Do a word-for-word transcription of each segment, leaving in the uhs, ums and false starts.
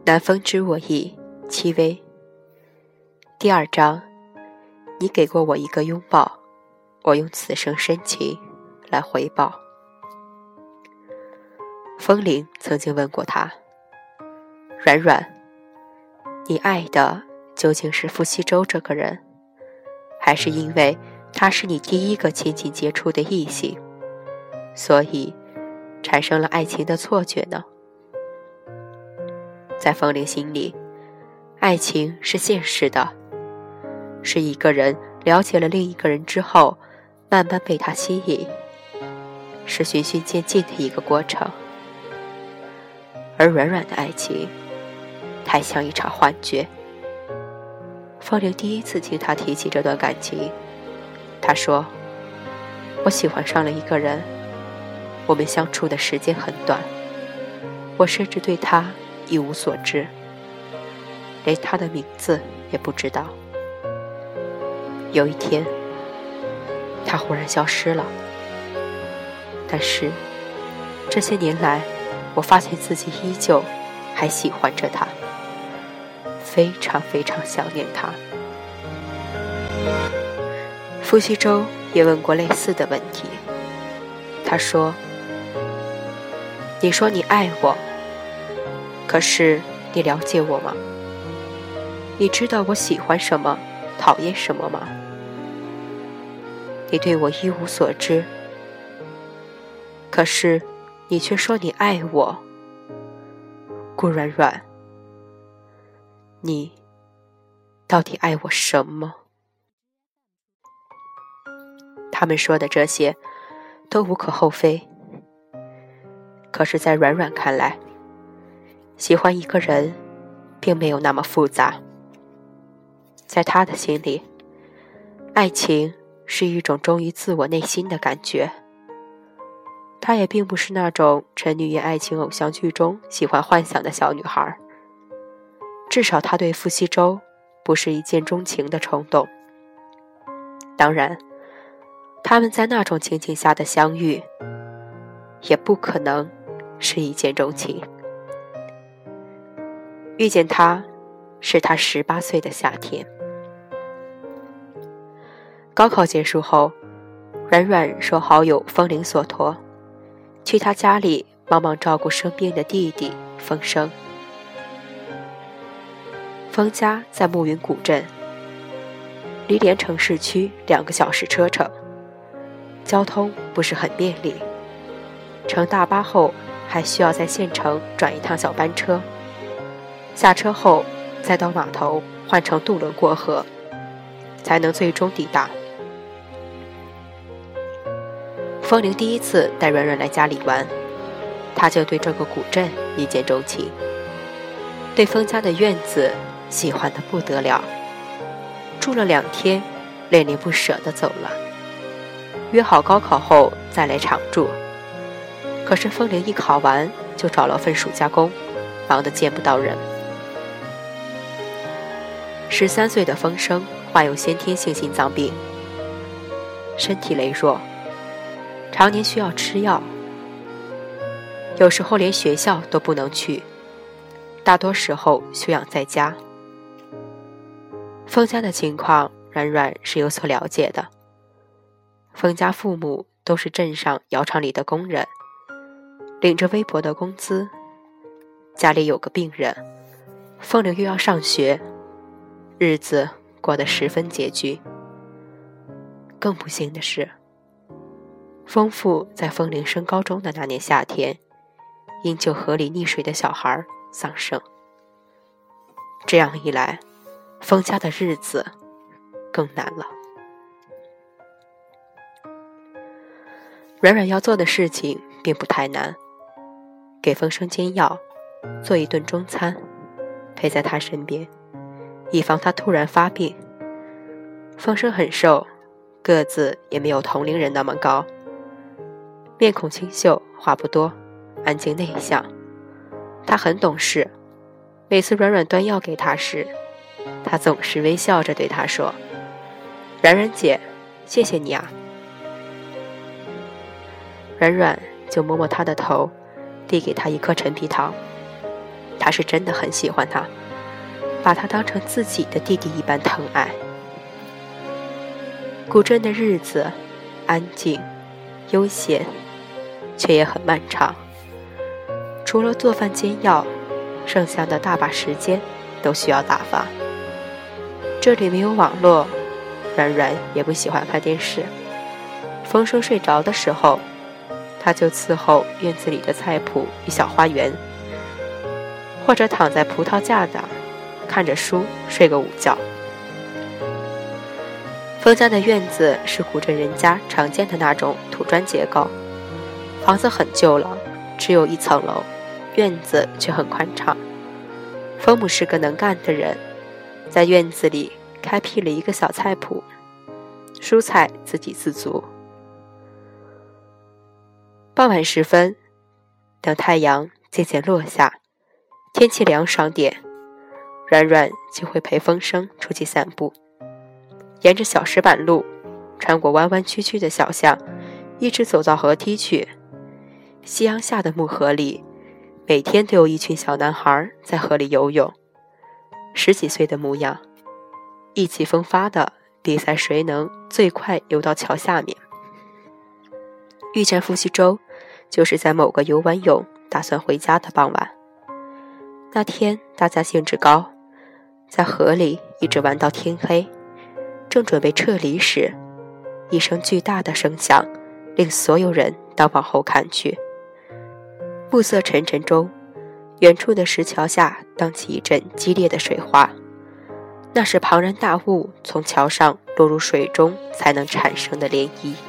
南风知我意，戚薇。第二章，你给过我一个拥抱，我用此生深情来回报。风铃曾经问过他，软软，你爱的究竟是傅西周这个人，还是因为他是你第一个亲近接触的异性，所以产生了爱情的错觉呢？在风铃心里，爱情是现实的，是一个人了解了另一个人之后，慢慢被他吸引，是循序渐进的一个过程。而软软的爱情，太像一场幻觉。风铃第一次听他提起这段感情，他说：我喜欢上了一个人，我们相处的时间很短，我甚至对他一无所知，连他的名字也不知道。有一天，他忽然消失了。但是，这些年来，我发现自己依旧还喜欢着他，非常非常想念他。傅西周也问过类似的问题，他说：你说你爱我，可是你了解我吗？你知道我喜欢什么，讨厌什么吗？你对我一无所知，可是你却说你爱我。顾软软，你到底爱我什么？他们说的这些都无可厚非，可是在软软看来，喜欢一个人并没有那么复杂。在他的心里，爱情是一种忠于自我内心的感觉。她也并不是那种沉溺于爱情偶像剧中喜欢幻想的小女孩，至少她对傅西周不是一见钟情的冲动。当然，他们在那种情景下的相遇，也不可能是一见钟情。遇见他，是他十八岁的夏天。高考结束后，软软受好友风铃所托，去他家里帮忙照顾生病的弟弟风声。风家在暮云古镇，离连城市区两个小时车程，交通不是很便利，乘大巴后还需要在县城转一趟小班车，下车后再到码头换乘渡轮过河，才能最终抵达。风铃第一次带软软来家里玩，他就对这个古镇一见钟情，对风家的院子喜欢得不得了，住了两天，恋恋不舍地走了，约好高考后再来常住。可是风铃一考完就找了份暑假工，忙得见不到人。十三岁的风声患有先天性心脏病，身体羸弱，常年需要吃药，有时候连学校都不能去，大多时候休养在家。风家的情况软软是有所了解的，风家父母都是镇上窑厂里的工人，领着微薄的工资，家里有个病人，风铃又要上学，日子过得十分拮据。更不幸的是，风父在风铃升高中的那年夏天，因救河里溺水的小孩丧生。这样一来，风家的日子更难了。软软要做的事情并不太难，给风声煎药，做一顿中餐，陪在他身边，以防他突然发病。风声很瘦，个子也没有同龄人那么高，面孔清秀，话不多，安静内向。他很懂事，每次软软端药给他时，他总是微笑着对他说：软软姐，谢谢你啊。软软就摸摸他的头，递给他一颗陈皮糖。 他是真的很喜欢他，把他当成自己的弟弟一般疼爱。古镇的日子安静悠闲，却也很漫长。除了做饭煎药，剩下的大把时间都需要打发。这里没有网络，软软也不喜欢看电视。风声睡着的时候，他就伺候院子里的菜圃与小花园，或者躺在葡萄架上看着书睡个午觉。封家的院子是古镇人家常见的那种土砖结构，房子很旧了，只有一层楼，院子却很宽敞。风母是个能干的人，在院子里开辟了一个小菜圃，蔬菜自给自足。傍晚时分，等太阳渐渐落下，天气凉爽点，软软就会陪风声出去散步。沿着小石板路，穿过弯弯曲曲的小巷，一直走到河堤去。夕阳下的木河里，每天都有一群小男孩在河里游泳，十几岁的模样，意气风发的比赛谁能最快游到桥下面。遇见傅西周，就是在某个游完泳打算回家的傍晚。那天大家兴致高，在河里一直玩到天黑。正准备撤离时，一声巨大的声响令所有人都往后看去。暮色沉沉中，远处的石桥下荡起一阵激烈的水花，那是庞然大物从桥上落入水中才能产生的涟漪。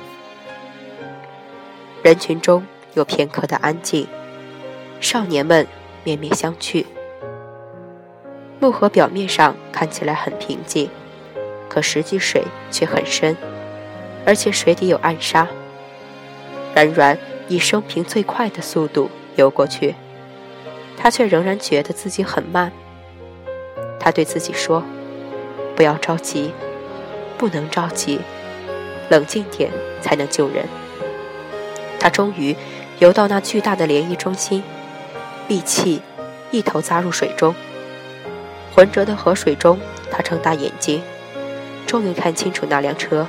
人群中有片刻的安静，少年们面面相觑。木河表面上看起来很平静，可实际水却很深，而且水底有暗沙。软软以生平最快的速度游过去，他却仍然觉得自己很慢。他对自己说，不要着急，不能着急，冷静点才能救人。他终于游到那巨大的涟漪中心，闭气一头扎入水中。浑浊的河水中，他睁大眼睛，终于看清楚那辆车。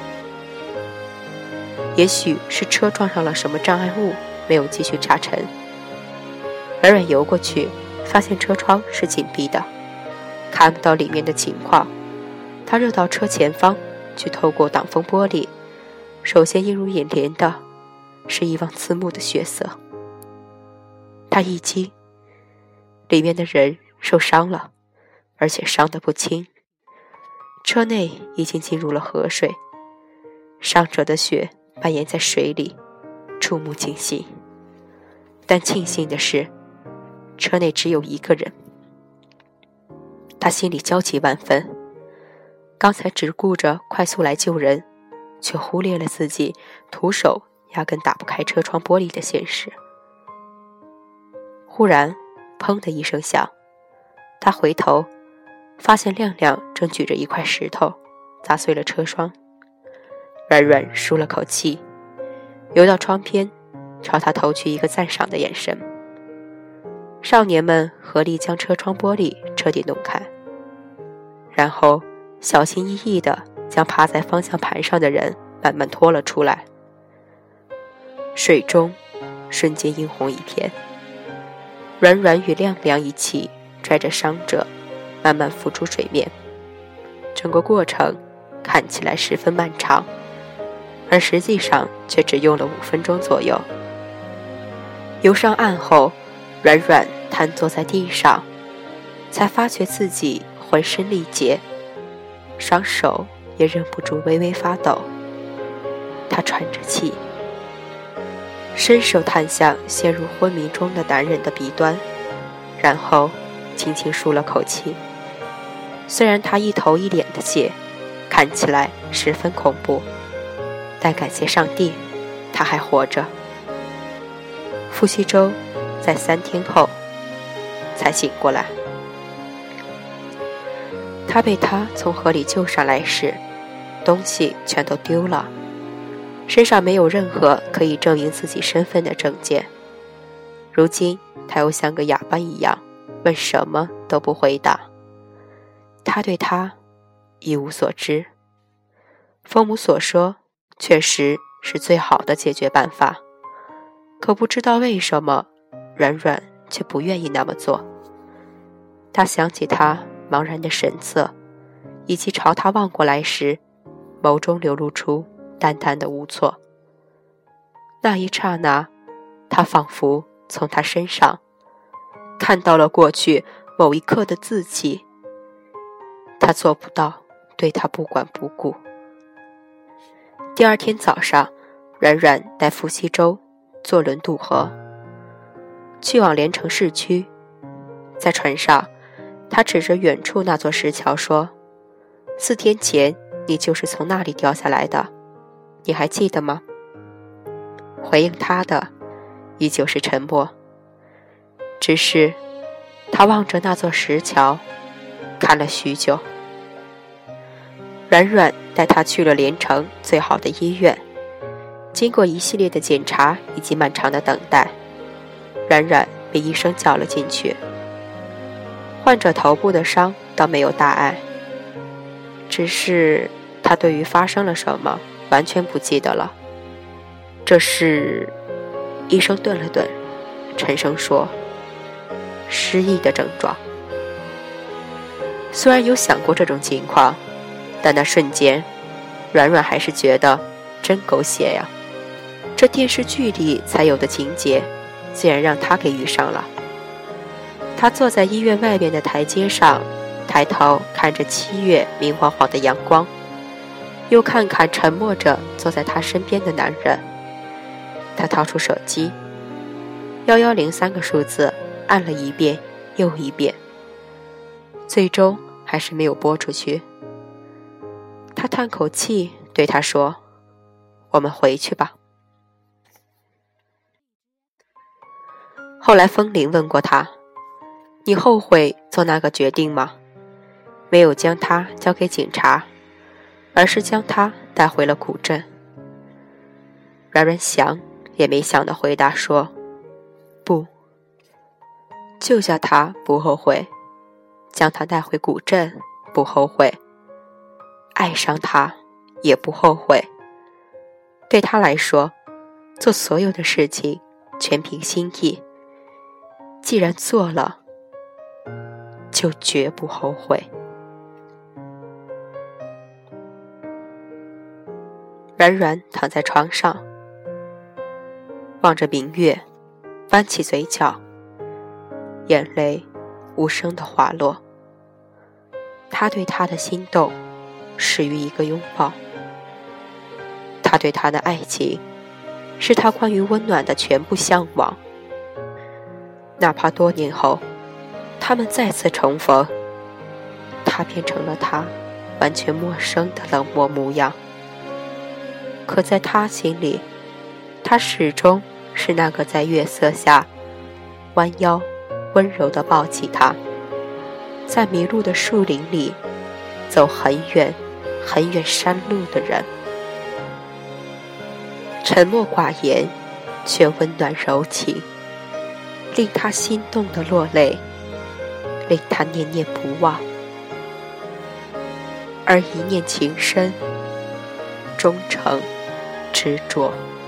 也许是车撞上了什么障碍物，没有继续查沉。软软游过去，发现车窗是紧闭的，看不到里面的情况。他绕到车前方，去透过挡风玻璃，首先映入眼帘的是一望刺目的血色。他一惊，里面的人受伤了，而且伤得不轻。车内已经进入了河水，伤者的血蔓延在水里，触目惊心。但庆幸的是，车内只有一个人。他心里焦急万分，刚才只顾着快速来救人，却忽略了自己徒手压根打不开车窗玻璃的现实。忽然砰的一声响，他回头发现亮亮正举着一块石头砸碎了车窗。软软舒了口气，游到窗边，朝他投去一个赞赏的眼神。少年们合力将车窗玻璃彻底弄开，然后小心翼翼地将趴在方向盘上的人慢慢拖了出来。水中瞬间映红一片，软软与亮亮一起拽着伤者慢慢浮出水面。整个过程看起来十分漫长，而实际上却只用了五分钟左右。游上岸后，软软瘫坐在地上，才发觉自己浑身力竭，双手也忍不住微微发抖。他喘着气，伸手探向陷入昏迷中的男人的鼻端，然后轻轻舒了口气。虽然他一头一脸的血，看起来十分恐怖，但感谢上帝，他还活着。傅西周在三天后才醒过来。他被他从河里救上来时，东西全都丢了，身上没有任何可以证明自己身份的证件。如今他又像个哑巴一样， 问什么都不回答。他对他一无所知。父母所说确实是最好的解决办法，可不知道为什么软软却不愿意那么做。他想起他茫然的神色，以及朝他望过来时眸中流露出淡淡的无措。那一刹那，他仿佛从他身上看到了过去某一刻的自己。他做不到对他不管不顾。第二天早上，软软带傅西周坐轮渡河，去往连城市区。在船上，他指着远处那座石桥说：“四天前你就是从那里掉下来的，你还记得吗？”回应他的依旧是沉默，只是他望着那座石桥看了许久。软软带他去了连城最好的医院，经过一系列的检查以及漫长的等待，软软被医生叫了进去。患者头部的伤倒没有大碍，只是他对于发生了什么完全不记得了。这是……医生顿了顿，沉声说：“失忆的症状。”虽然有想过这种情况，但那瞬间软软还是觉得真狗血呀。这电视剧里才有的情节，竟然让他给遇上了。他坐在医院外边的台阶上，抬头看着七月明晃晃的阳光，又看看沉默着坐在他身边的男人。他掏出手机，一一零三个数字按了一遍又一遍，最终还是没有拨出去。他叹口气对他说：“我们回去吧。”后来风铃问过他：“你后悔做那个决定吗？没有将他交给警察，而是将他带回了古镇。”软软想也没想的回答说：“不，救下他不后悔，将他带回古镇不后悔，爱上他也不后悔。对他来说，做所有的事情全凭心意，既然做了，就绝不后悔。”软软躺在床上，望着明月，弯起嘴角，眼泪无声地滑落。他对他的心动始于一个拥抱，他对他的爱情是他关于温暖的全部向往。哪怕多年后他们再次重逢，他变成了他完全陌生的冷漠模样。可在他心里，他始终是那个在月色下弯腰温柔地抱起他，在迷路的树林里走很远很远山路的人。沉默寡言，却温暖柔情，令他心动的落泪，令他念念不忘。而一念情深，终成执着。